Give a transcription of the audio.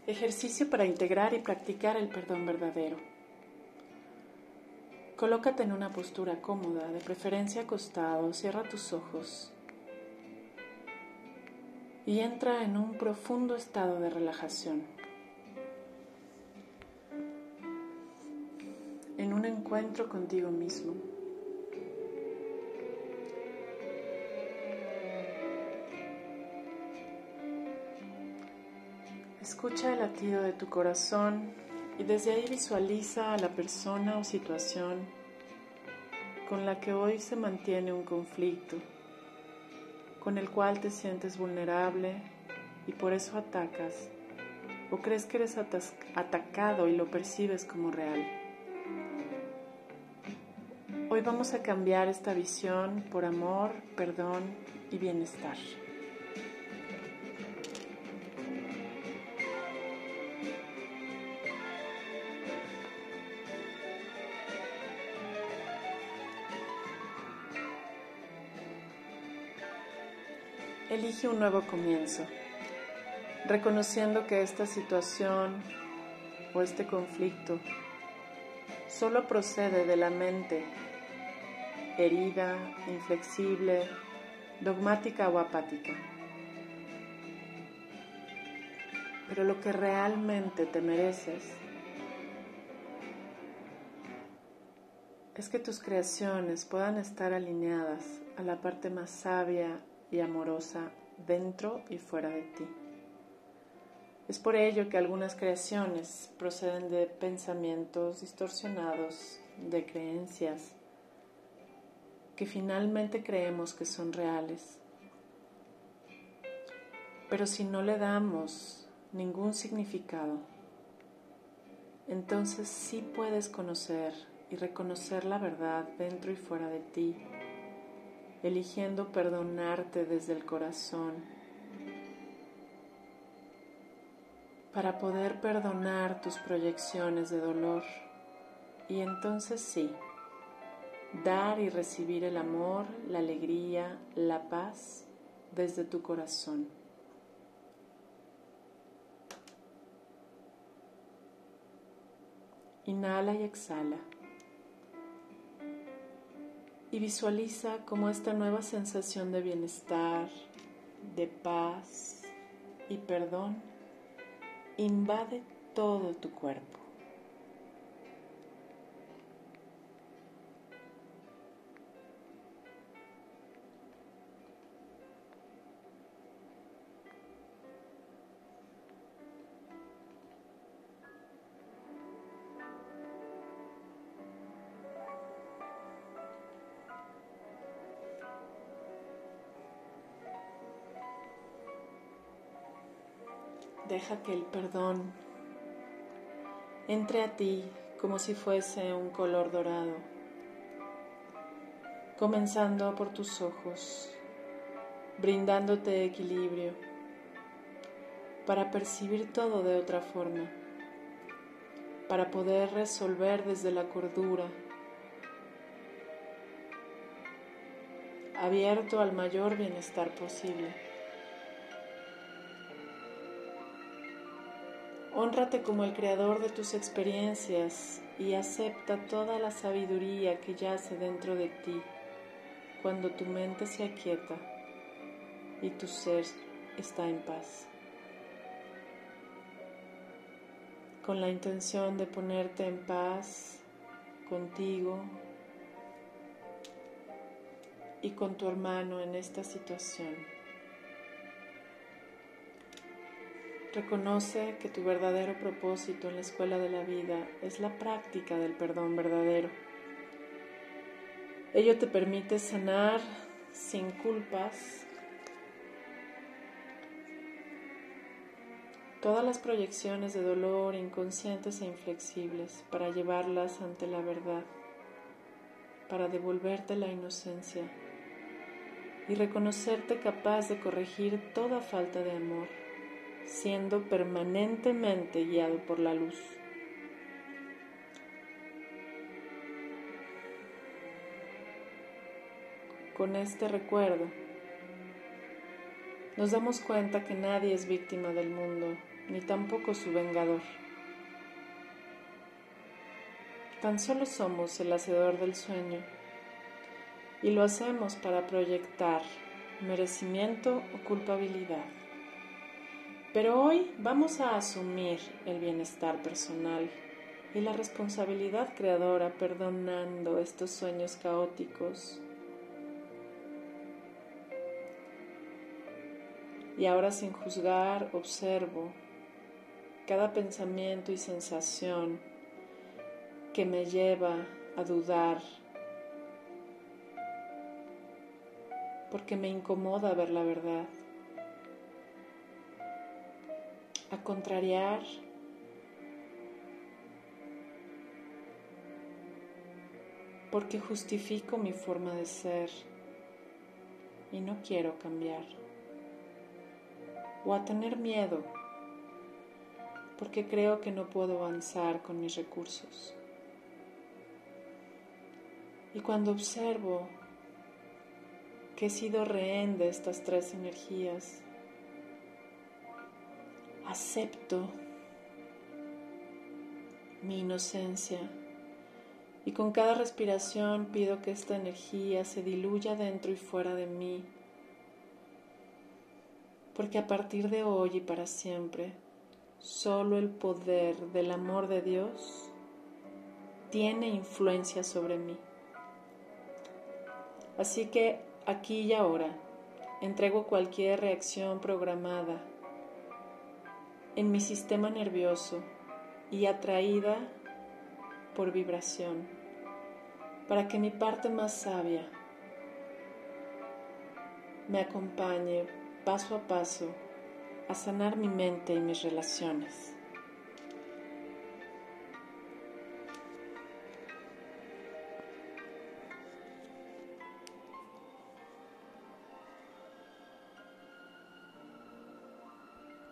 Ejercicio para integrar y practicar el perdón verdadero. Colócate en una postura cómoda, de preferencia acostado, cierra tus ojos y entra en un profundo estado de relajación. En un encuentro contigo mismo. Escucha el latido de tu corazón y desde ahí visualiza a la persona o situación con la que hoy se mantiene un conflicto, con el cual te sientes vulnerable y por eso atacas o crees que eres atacado y lo percibes como real. Hoy vamos a cambiar esta visión por amor, perdón y bienestar. Elige un nuevo comienzo, reconociendo que esta situación o este conflicto solo procede de la mente herida, inflexible, dogmática o apática. Pero lo que realmente te mereces es que tus creaciones puedan estar alineadas a la parte más sabia y amorosa dentro y fuera de ti. Es por ello que algunas creaciones proceden de pensamientos distorsionados, de creencias que finalmente creemos que son reales. Pero si no le damos ningún significado, entonces sí puedes conocer y reconocer la verdad dentro y fuera de ti, eligiendo perdonarte desde el corazón, para poder perdonar tus proyecciones de dolor y entonces sí, dar y recibir el amor, la alegría, la paz desde tu corazón. Inhala y exhala. Y visualiza cómo esta nueva sensación de bienestar, de paz y perdón invade todo tu cuerpo. Deja que el perdón entre a ti como si fuese un color dorado, comenzando por tus ojos, brindándote equilibrio para percibir todo de otra forma, para poder resolver desde la cordura, abierto al mayor bienestar posible. Hónrate como el creador de tus experiencias y acepta toda la sabiduría que yace dentro de ti cuando tu mente se aquieta y tu ser está en paz. Con la intención de ponerte en paz contigo y con tu hermano en esta situación. Reconoce que tu verdadero propósito en la escuela de la vida es la práctica del perdón verdadero. Ello te permite sanar sin culpas todas las proyecciones de dolor inconscientes e inflexibles para llevarlas ante la verdad, para devolverte la inocencia y reconocerte capaz de corregir toda falta de amor, siendo permanentemente guiado por la luz. Con este recuerdo, nos damos cuenta que nadie es víctima del mundo ni tampoco su vengador. Tan solo somos el hacedor del sueño y lo hacemos para proyectar merecimiento o culpabilidad. Pero hoy vamos a asumir el bienestar personal y la responsabilidad creadora, perdonando estos sueños caóticos. Y ahora, sin juzgar, observo cada pensamiento y sensación que me lleva a dudar, porque me incomoda ver la verdad, a contrariar, porque justifico mi forma de ser y no quiero cambiar, o a tener miedo, porque creo que no puedo avanzar con mis recursos. Y cuando observo que he sido rehén de estas tres energías, acepto mi inocencia y con cada respiración pido que esta energía se diluya dentro y fuera de mí, porque a partir de hoy y para siempre, solo el poder del amor de Dios tiene influencia sobre mí. Así que aquí y ahora entrego cualquier reacción programada en mi sistema nervioso y atraída por vibración, para que mi parte más sabia me acompañe paso a paso a sanar mi mente y mis relaciones.